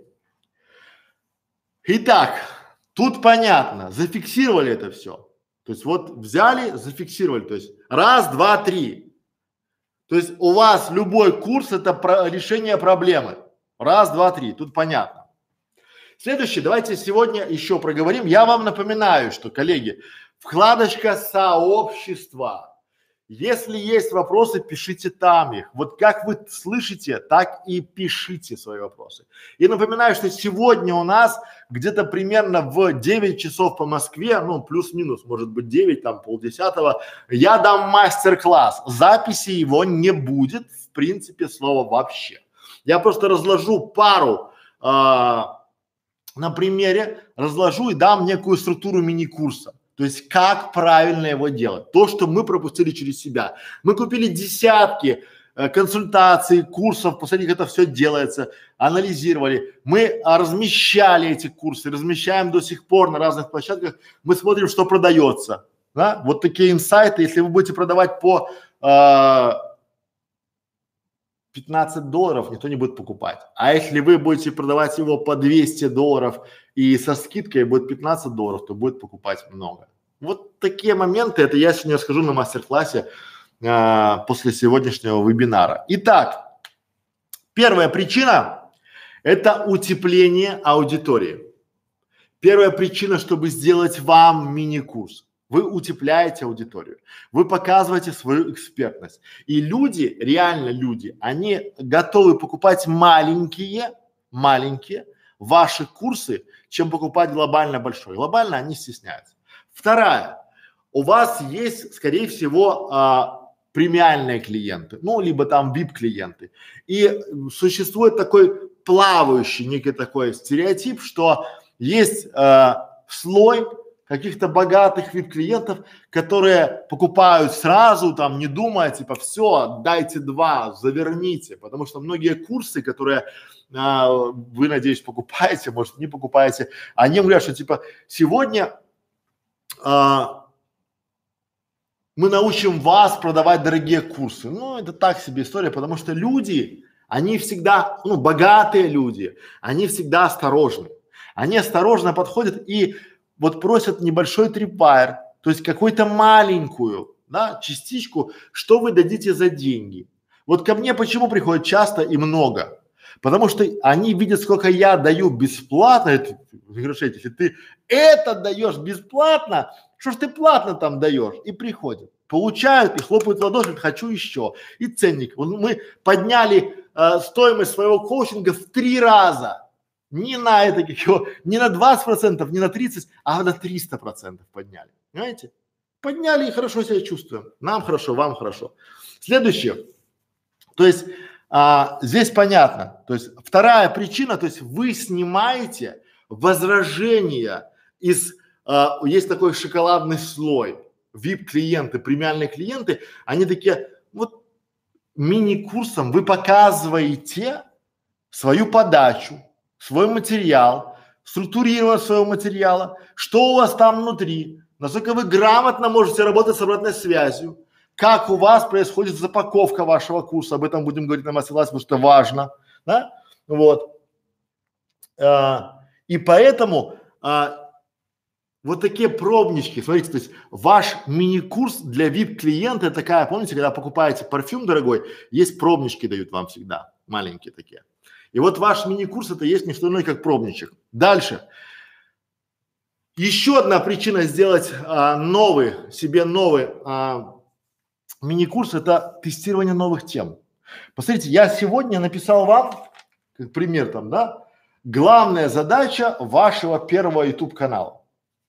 Итак, тут понятно, зафиксировали это все. То есть вот взяли, зафиксировали. То есть раз, два, три. То есть у вас любой курс это про решение проблемы. Раз, два, три. Тут понятно. Следующее, давайте сегодня еще проговорим. Я вам напоминаю, что, коллеги, вкладочка сообщества. Если есть вопросы, пишите там их. Вот как вы слышите, так и пишите свои вопросы. И напоминаю, что сегодня у нас где-то примерно в девять часов по Москве, ну плюс-минус, может быть девять, там полдесятого, я дам мастер-класс. Записи его не будет, в принципе, слова вообще. Я просто разложу пару а, на примере, разложу и дам некую структуру мини-курса. То есть как правильно его делать. То, что мы пропустили через себя. Мы купили десятки э, консультаций, курсов, после них это все делается, анализировали. Мы а, размещали эти курсы, размещаем до сих пор на разных площадках. Мы смотрим, что продается. Да? Вот такие инсайты. Если вы будете продавать по э, пятнадцать долларов, никто не будет покупать. А если вы будете продавать его по двести долларов и со скидкой будет пятнадцать долларов, то будет покупать много. Вот такие моменты, это я сегодня расскажу на мастер-классе а, после сегодняшнего вебинара. Итак, первая причина – это утепление аудитории. Первая причина, чтобы сделать вам мини-курс. Вы утепляете аудиторию, вы показываете свою экспертность. И люди, реально люди, они готовы покупать маленькие, маленькие ваши курсы, чем покупать глобально большой. Глобально они стесняются. Вторая, у вас есть, скорее всего, а, премиальные клиенты, ну, либо там ви ай пи-клиенты. И существует такой плавающий некий такой стереотип, что есть а, слой каких-то богатых ви ай пи-клиентов, которые покупают сразу, там, не думая, типа, все, дайте два, заверните, потому что многие курсы, которые а, вы, надеюсь, покупаете, может, не покупаете, они говорят, что, типа, сегодня а, мы научим вас продавать дорогие курсы. Ну, это так себе история, потому что люди, они всегда, ну, богатые люди, они всегда осторожны. Они осторожно подходят и вот просят небольшой трипвайр, то есть какую-то маленькую, да, частичку, что вы дадите за деньги. Вот ко мне почему приходят часто и много? Потому что они видят, сколько я даю бесплатно, это, если ты это даешь бесплатно, что ж ты платно там даешь? И приходят, получают и хлопают в ладоши, говорят, хочу еще. И ценник. Вот мы подняли э, стоимость своего коучинга в три раза. Не на это, как его, не на двадцать процентов, не на тридцать, а на триста процентов подняли. Понимаете? Подняли и хорошо себя чувствуем. Нам хорошо, вам хорошо. Следующее. То есть а, здесь понятно. То есть вторая причина, то есть вы снимаете возражения из, а, есть такой шоколадный слой. ви ай пи-клиенты, премиальные клиенты, они такие, вот мини-курсом вы показываете свою подачу, свой материал, структурирование своего материала, что у вас там внутри, насколько вы грамотно можете работать с обратной связью, как у вас происходит запаковка вашего курса, об этом будем говорить на мастер-классе, потому что это важно, да, вот. А, и поэтому а, вот такие пробнички, смотрите, то есть ваш мини-курс для ви ай пи-клиента такая, помните, когда покупаете парфюм дорогой, есть пробнички дают вам всегда, маленькие такие. И вот ваш мини-курс это есть не что иное, как пробничек. Дальше. Еще одна причина сделать а, новый, себе новый а, мини-курс – это тестирование новых тем. Посмотрите, я сегодня написал вам, как пример там, да, главная задача вашего первого YouTube канала.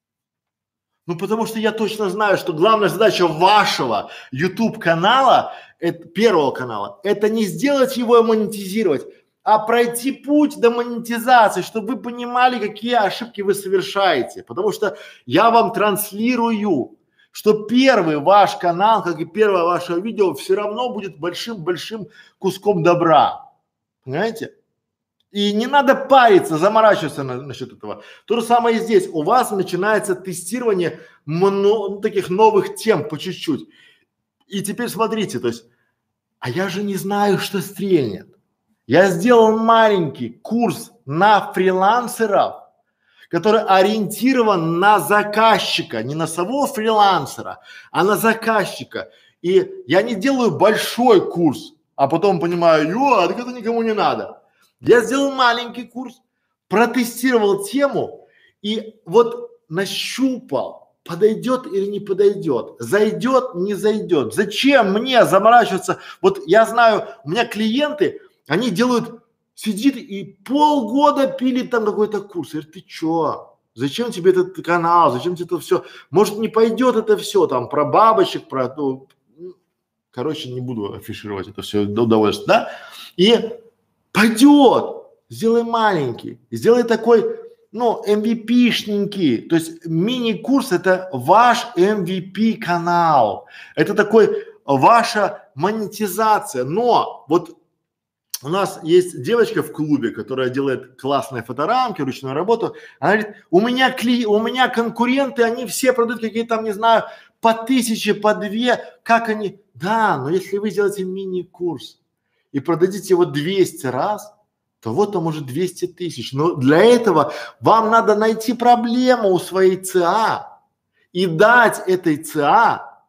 Ну, потому что я точно знаю, что главная задача вашего YouTube канала, это, первого канала, это не сделать его и монетизировать, а пройти путь до монетизации, чтобы вы понимали, какие ошибки вы совершаете. Потому что я вам транслирую, что первый ваш канал, как и первое ваше видео, все равно будет большим-большим куском добра. Понимаете? И не надо париться, заморачиваться на, насчет этого. То же самое и здесь. У вас начинается тестирование мно, таких новых тем по чуть-чуть. И теперь смотрите, то есть, а я же не знаю, что стрельнет. Я сделал маленький курс на фрилансеров, который ориентирован на заказчика, не на самого фрилансера, а на заказчика. И я не делаю большой курс, а потом понимаю, ё, а так это никому не надо. Я сделал маленький курс, протестировал тему и вот нащупал, подойдет или не подойдет, зайдет, не зайдет. Зачем мне заморачиваться? Вот я знаю, у меня клиенты, они делают, сидит и полгода пилит там какой-то курс. Я говорю, ты чё? Зачем тебе этот канал? Зачем тебе это все? Может, не пойдет это все там про бабочек, про, ну, короче, не буду афишировать это все до удовольствия, да? И пойдет, сделай маленький, сделай такой, ну, эм ви пи-шненький, то есть мини-курс это ваш эм ви пи канал, это такой ваша монетизация, но вот у нас есть девочка в клубе, которая делает классные фоторамки, ручную работу, она говорит, у меня кли, у меня конкуренты, они все продают какие-то там, не знаю, по тысяче, по две, как они, да, но если вы сделаете мини-курс, и продадите его двести раз, то вот там уже двести тысяч. Но для этого вам надо найти проблему у своей ЦА и дать этой ЦА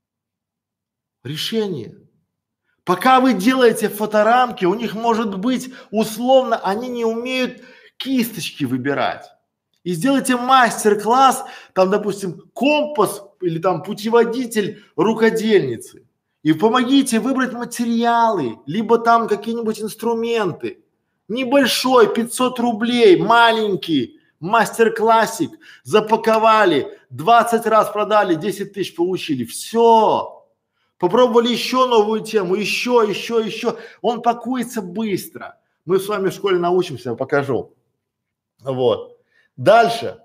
решение. Пока вы делаете фоторамки, у них может быть условно, они не умеют кисточки выбирать. И сделайте мастер-класс, там, допустим, компас или там путеводитель рукодельницы. И помогите выбрать материалы, либо там какие-нибудь инструменты. Небольшой, пятьсот рублей, маленький, мастер-классик, запаковали, двадцать раз продали, десять тысяч получили. Все. Попробовали еще новую тему, еще, еще, еще. Он пакуется быстро. Мы с вами в школе научимся, я покажу. Вот. Дальше.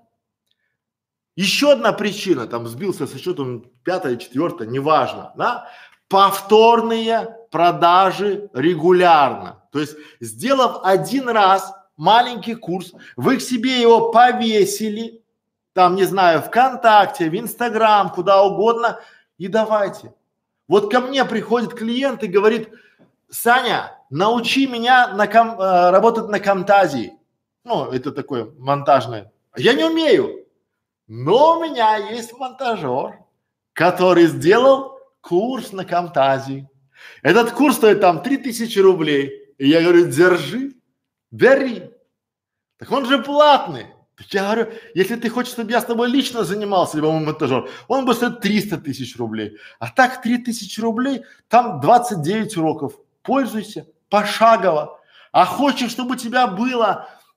Еще одна причина, там сбился со счетом пятая, четвертая, неважно, да? Повторные продажи регулярно. То есть, сделав один раз маленький курс, вы к себе его повесили, там, не знаю, ВКонтакте, в Инстаграм, куда угодно, и давайте. Вот ко мне приходит клиент и говорит, Саня, научи меня на ком, э, работать на Камтазии. Ну, это такое монтажное. Я не умею, но у меня есть монтажер, который сделал курс на Камтазии. Этот курс стоит там три тысячи рублей. И я говорю, держи, бери. Так он же платный. Так я говорю, если ты хочешь, чтобы я с тобой лично занимался, либо мой монтажер, он бы стоит триста тысяч рублей. А так три тысячи рублей, там двадцать девять уроков. Пользуйся, пошагово. А хочешь, чтобы у тебя было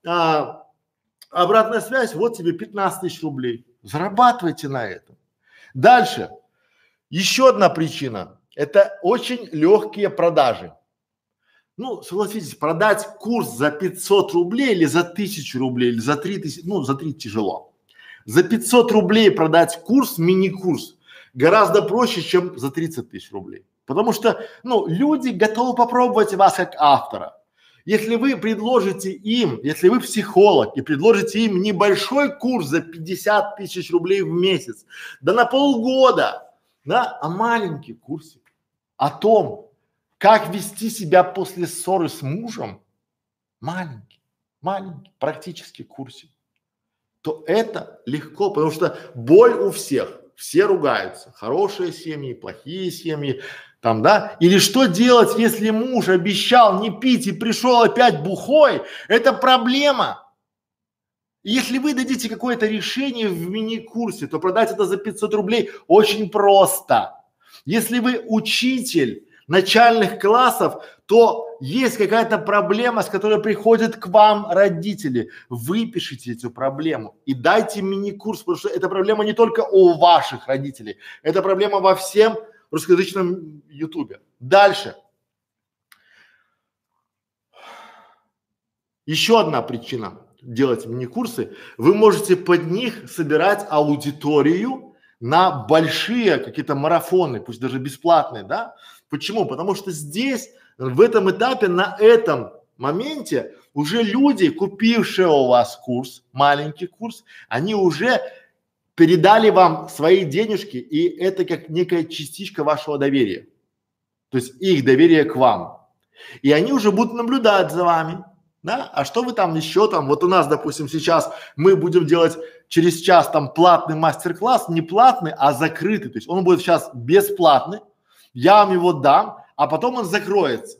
а, обратная связь, вот тебе пятнадцать тысяч рублей. Зарабатывайте на этом. Дальше. Еще одна причина – это очень легкие продажи. Ну, согласитесь, продать курс за пятьсот рублей или за тысячу рублей, или за три тысячи, ну, за три тяжело. За пятьсот рублей продать курс, мини-курс, гораздо проще, чем за тридцать тысяч рублей. Потому что, ну, люди готовы попробовать вас как автора. Если вы предложите им, если вы психолог и предложите им небольшой курс за пятьдесят тысяч рублей в месяц, да на полгода, да, а маленький курсик о том, как вести себя после ссоры с мужем, маленький, маленький, практически курсик, то это легко, потому что боль у всех, все ругаются, хорошие семьи, плохие семьи, там, да, или что делать, если муж обещал не пить и пришел опять бухой, это проблема. И если вы дадите какое-то решение в мини-курсе, то продать это за пятьсот рублей очень просто. Если вы учитель начальных классов, то есть какая-то проблема, с которой приходят к вам родители. Выпишите эту проблему и дайте мини-курс, потому что эта проблема не только у ваших родителей, это проблема во всем русскоязычном ютубе. Дальше. Еще одна причина делать мини-курсы. Вы можете под них собирать аудиторию на большие какие-то марафоны, пусть даже бесплатные, да? Почему? Потому что здесь, в этом этапе, на этом моменте уже люди, купившие у вас курс, маленький курс, они уже передали вам свои денежки, и это как некая частичка вашего доверия. То есть их доверие к вам. И они уже будут наблюдать за вами, да, а что вы там еще там, вот у нас, допустим, сейчас мы будем делать через час там платный мастер-класс, не платный, а закрытый, то есть он будет сейчас бесплатный, я вам его дам, а потом он закроется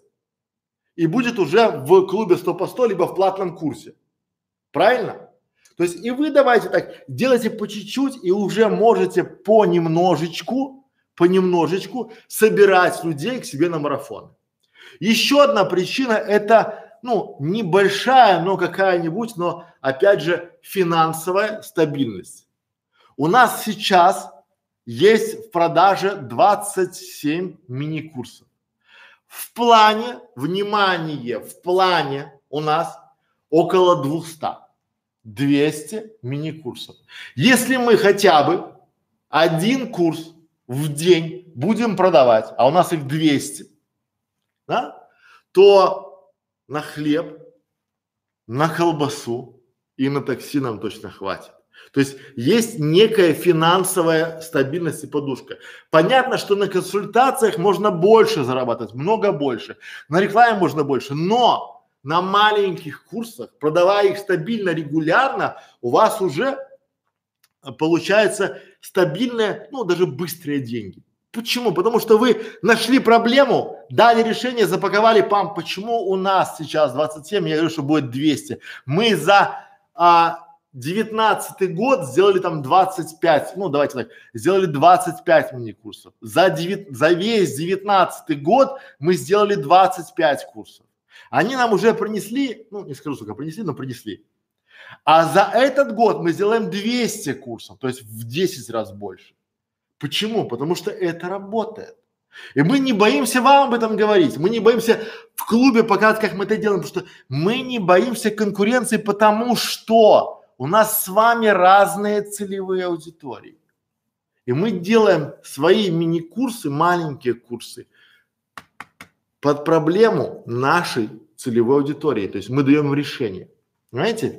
и будет уже в клубе сто по сто, либо в платном курсе, правильно? То есть и вы давайте так, делайте по чуть-чуть и уже можете понемножечку, понемножечку собирать людей к себе на марафоны. Еще одна причина – это, ну, небольшая, но какая-нибудь, но опять же финансовая стабильность. У нас сейчас есть в продаже двадцать семь мини-курсов. В плане, внимание, в плане у нас около двухсот, двести мини-курсов. Если мы хотя бы один курс в день будем продавать, а у нас их двести, да, то на хлеб, на колбасу и на такси нам точно хватит. То есть есть некая финансовая стабильность и подушка. Понятно, что на консультациях можно больше зарабатывать, много больше, на рекламе можно больше, но на маленьких курсах, продавая их стабильно, регулярно, у вас уже получается стабильные, ну даже быстрые деньги. Почему? Потому что вы нашли проблему, дали решение, запаковали, пам. Почему у нас сейчас двадцать семь, я говорю, что будет двести. Мы за а, девятнадцатый год сделали там двадцать пять, ну давайте так, сделали двадцать пять мини-курсов. За, девять, за весь девятнадцатый год мы сделали двадцать пять курсов. Они нам уже принесли, ну не скажу, сколько принесли, но принесли. А за этот год мы сделаем двести курсов, то есть в десять раз больше. Почему? Потому что это работает. И мы не боимся вам об этом говорить, мы не боимся в клубе показать, как мы это делаем, потому что мы не боимся конкуренции, потому что у нас с вами разные целевые аудитории. И мы делаем свои мини-курсы, маленькие курсы под проблему нашей целевой аудитории. То есть мы даем им решение. Понимаете?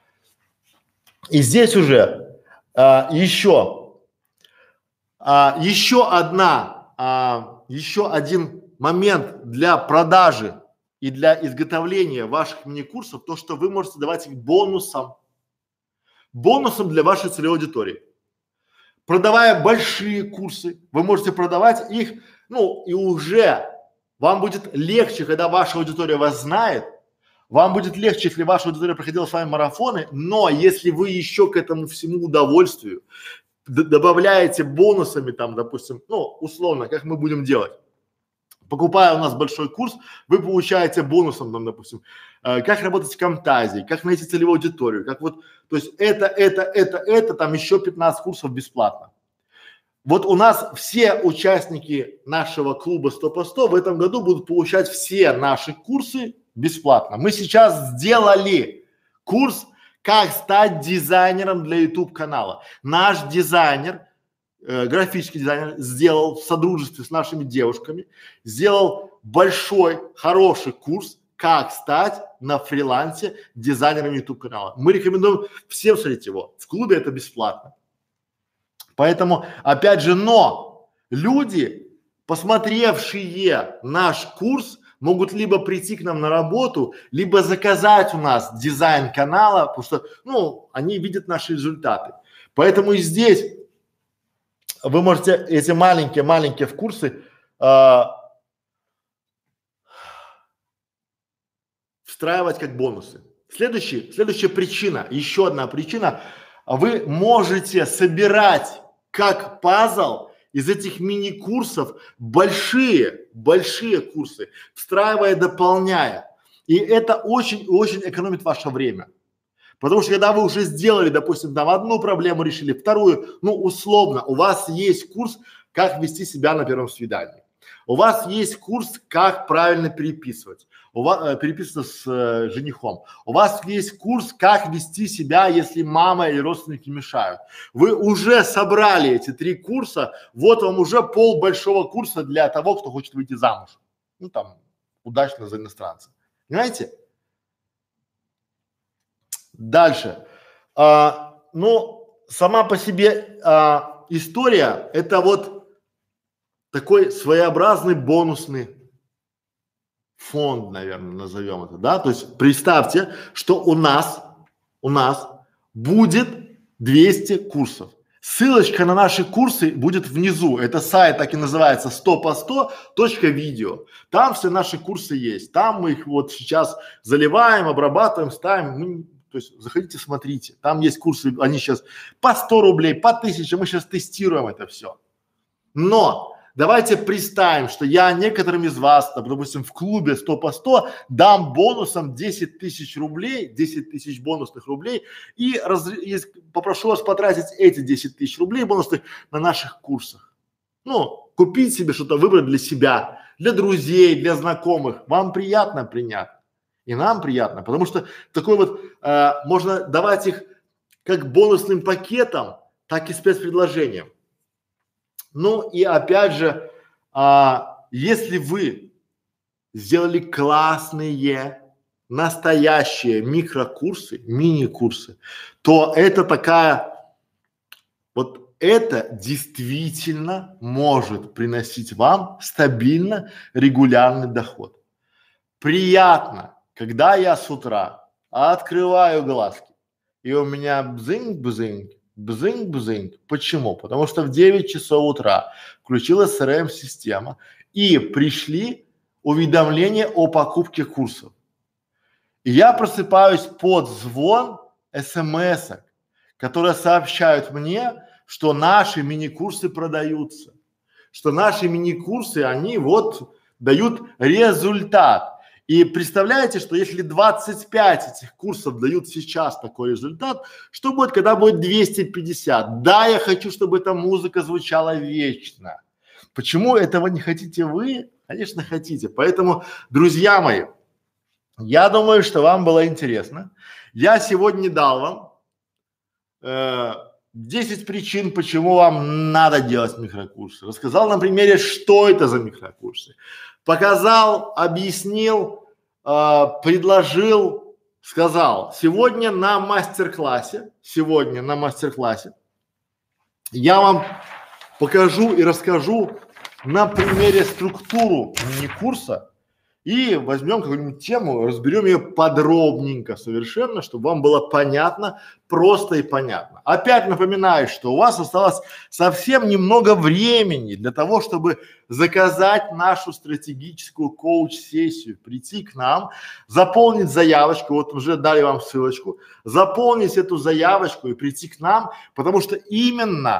И здесь уже а, еще А, еще одна, а, еще один момент для продажи и для изготовления ваших мини-курсов, то, что вы можете давать их бонусом, бонусом для вашей целевой аудитории. Продавая большие курсы, вы можете продавать их, ну и уже вам будет легче, когда ваша аудитория вас знает, вам будет легче, если ваша аудитория проходила с вами марафоны, но если вы еще к этому всему удовольствию добавляете бонусами там, допустим, ну, условно, как мы будем делать. Покупая у нас большой курс, вы получаете бонусом там, допустим, э, как работать в Camtasia, как найти целевую аудиторию, как вот, то есть это, это, это, это, там еще пятнадцать курсов бесплатно. Вот у нас все участники нашего клуба сто по сто в этом году будут получать все наши курсы бесплатно. Мы сейчас сделали курс «Как стать дизайнером для YouTube канала». Наш дизайнер, э, графический дизайнер, сделал в содружестве с нашими девушками, сделал большой, хороший курс «Как стать на фрилансе дизайнером YouTube канала». Мы рекомендуем всем смотреть его. В клубе это бесплатно. Поэтому, опять же, но люди, посмотревшие наш курс, могут либо прийти к нам на работу, либо заказать у нас дизайн канала, потому что, ну, они видят наши результаты. Поэтому и здесь вы можете эти маленькие-маленькие в курсы э, встраивать как бонусы. Следующий, следующая причина, еще одна причина, вы можете собирать как пазл из этих мини-курсов большие, большие курсы, встраивая, дополняя. И это очень-очень экономит ваше время. Потому что когда вы уже сделали, допустим, там одну проблему решили, вторую, ну условно, у вас есть курс, как вести себя на первом свидании. У вас есть курс, как правильно переписывать, у вас, э, переписываться с э, женихом. У вас есть курс, как вести себя, если мама или родственники мешают. Вы уже собрали эти три курса, вот вам уже пол большого курса для того, кто хочет выйти замуж. Ну там, удачно за иностранца. Понимаете? Дальше. А, ну, сама по себе а, история – это вот такой своеобразный бонусный фонд, наверное, назовем это, да, то есть представьте, что у нас, у нас будет двести курсов. Ссылочка на наши курсы будет внизу, это сайт так и называется сто по сто точка видео, там все наши курсы есть, там мы их вот сейчас заливаем, обрабатываем, ставим, мы, то есть заходите, смотрите, там есть курсы, они сейчас по сто рублей, по тысяче, мы сейчас тестируем это все. Но давайте представим, что я некоторым из вас, там, допустим, в клубе сто по сто дам бонусом десять тысяч рублей, десять тысяч бонусных рублей и, раз, и попрошу вас потратить эти десять тысяч рублей бонусных на наших курсах. Ну, купить себе что-то, выбрать для себя, для друзей, для знакомых. Вам приятно принять. И нам приятно, потому что такой вот, э, можно давать их как бонусным пакетом, так и спецпредложением. Ну и опять же, а, если вы сделали классные, настоящие микрокурсы, мини-курсы, то это такая, вот это действительно может приносить вам стабильно регулярный доход. Приятно, когда я с утра открываю глазки, и у меня бзынь-бзынь, бзынь-бзынь. Почему? Потому что в девять часов утра включилась эр эм-система и пришли уведомления о покупке курсов. И я просыпаюсь под звон эс эм эсок, которые сообщают мне, что наши мини-курсы продаются, что наши мини-курсы, они вот дают результат. И представляете, что если двадцать пять этих курсов дают сейчас такой результат, что будет, когда будет двести пятьдесят? Да, я хочу, чтобы эта музыка звучала вечно. Почему этого не хотите вы? Конечно, хотите. Поэтому, друзья мои, я думаю, что вам было интересно. Я сегодня дал вам э, десять причин, почему вам надо делать микрокурсы. Рассказал на примере, что это за микрокурсы. Показал, объяснил, э, предложил, сказал. Сегодня на мастер-классе, сегодня на мастер-классе я вам покажу и расскажу на примере структуру мини-курса и возьмем какую-нибудь тему, разберем ее подробненько совершенно, чтобы вам было понятно, просто и понятно. Опять напоминаю, что у вас осталось совсем немного времени для того, чтобы заказать нашу стратегическую коуч-сессию, прийти к нам, заполнить заявочку, вот уже дали вам ссылочку, заполнить эту заявочку и прийти к нам, потому что именно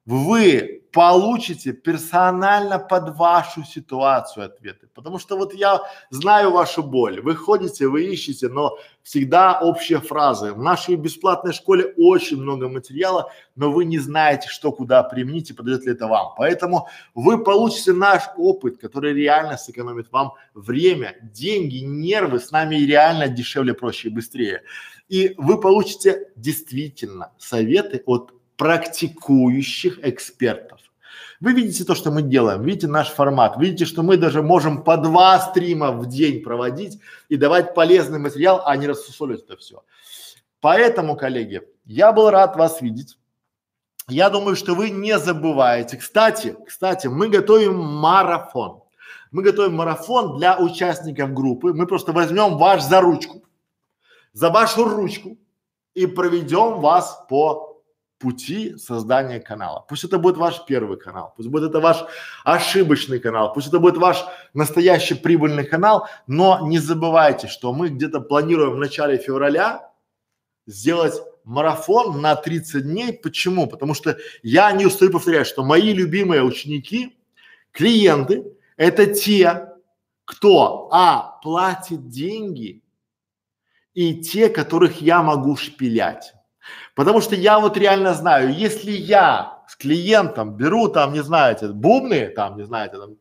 вы получите персонально под вашу ситуацию ответы. Потому что вот я знаю вашу боль. Вы ходите, вы ищете, но всегда общие фразы. В нашей бесплатной школе очень много материала, но вы не знаете, что куда применить и подойдет ли это вам. Поэтому вы получите наш опыт, который реально сэкономит вам время, деньги, нервы. С нами реально дешевле, проще и быстрее. И вы получите действительно советы от практикующих экспертов. Вы видите то, что мы делаем, видите наш формат, видите, что мы даже можем по два стрима в день проводить и давать полезный материал, а не рассусоливать это все. Поэтому, коллеги, я был рад вас видеть. Я думаю, что вы не забываете. Кстати, кстати, мы готовим марафон. Мы готовим марафон для участников группы. Мы просто возьмем вас за ручку, за вашу ручку и проведем вас по пути создания канала. Пусть это будет ваш первый канал, пусть будет это ваш ошибочный канал, пусть это будет ваш настоящий прибыльный канал, но не забывайте, что мы где-то планируем в начале февраля сделать марафон на тридцать дней. Почему? Потому что я не устаю повторять, что мои любимые ученики, клиенты – это те, кто а. платит деньги и те, которых я могу шпилять. Потому что я вот реально знаю, если я с клиентом беру там, не знаете, бубны, там, не знаете, там,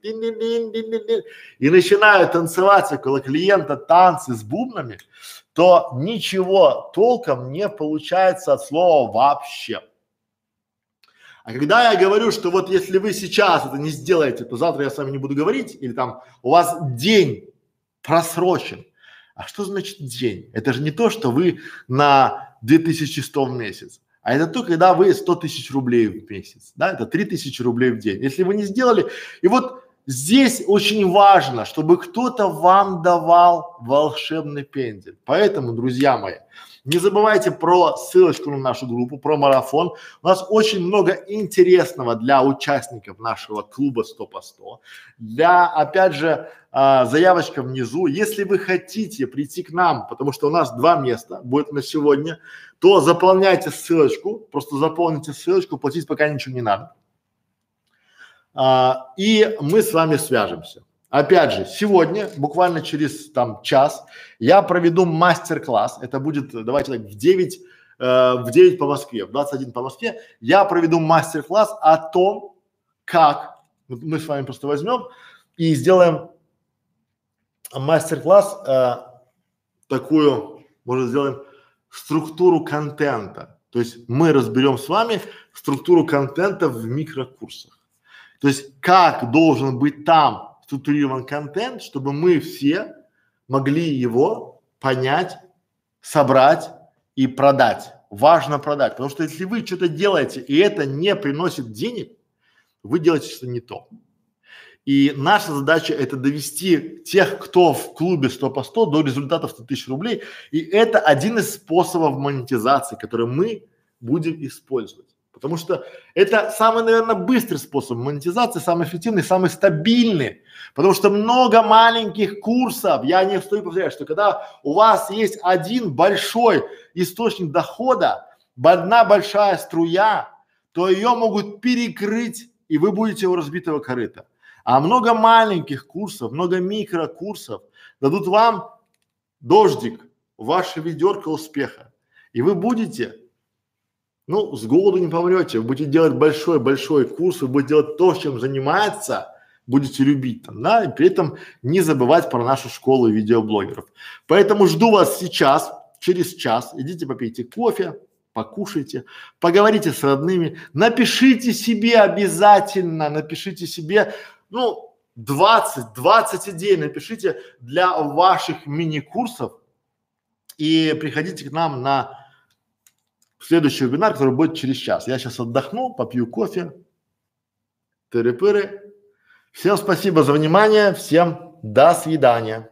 и начинаю танцевать около клиента танцы с бубнами, то ничего толком не получается от слова вообще. А когда я говорю, что вот если вы сейчас это не сделаете, то завтра я с вами не буду говорить, или там у вас день просрочен. А что значит день? Это же не то, что вы на две тысячи сто в месяц, а это то, когда вы сто тысяч рублей в месяц, да, это три тысячи рублей в день. Если вы не сделали, и вот здесь очень важно, чтобы кто-то вам давал волшебный пендель. Поэтому, друзья мои, не забывайте про ссылочку на нашу группу, про марафон. У нас очень много интересного для участников нашего клуба сто по сто. Для, опять же, а, заявочка внизу. Если вы хотите прийти к нам, потому что у нас два места будет на сегодня, то заполняйте ссылочку, просто заполните ссылочку, платить пока ничего не надо. А, и мы с вами свяжемся. Опять же, сегодня, буквально через там час, я проведу мастер-класс. Это будет, давайте так, в девять, э, в девять по Москве, в двадцать один по Москве. Я проведу мастер-класс о том, как, вот мы с вами просто возьмем и сделаем мастер-класс, э, такую, может, сделаем структуру контента. То есть мы разберем с вами структуру контента в микрокурсах. То есть как должен быть там структурирован контент, чтобы мы все могли его понять, собрать и продать. Важно продать, потому что если вы что-то делаете и это не приносит денег, вы делаете что-то не то. И наша задача это довести тех, кто в клубе сто по сто до результатов сто тысяч рублей. И это один из способов монетизации, который мы будем использовать. Потому что это самый, наверное, быстрый способ монетизации, самый эффективный, самый стабильный. Потому что много маленьких курсов, я не стою повторять, что когда у вас есть один большой источник дохода, одна большая струя, то ее могут перекрыть, и вы будете у разбитого корыта. А много маленьких курсов, много микрокурсов дадут вам дождик, ваше ведерко успеха. И вы будете, ну, с голоду не помрете, вы будете делать большой-большой курс, вы будете делать то, чем занимается, будете любить там, да, и при этом не забывать про нашу школу видеоблогеров. Поэтому жду вас сейчас, через час, идите попейте кофе, покушайте, поговорите с родными, напишите себе обязательно, напишите себе, ну, двадцать, двадцать идей напишите для ваших мини-курсов и приходите к нам на следующий вебинар, который будет через час. Я сейчас отдохну, попью кофе, тыры-пыры. Всем спасибо за внимание, всем до свидания.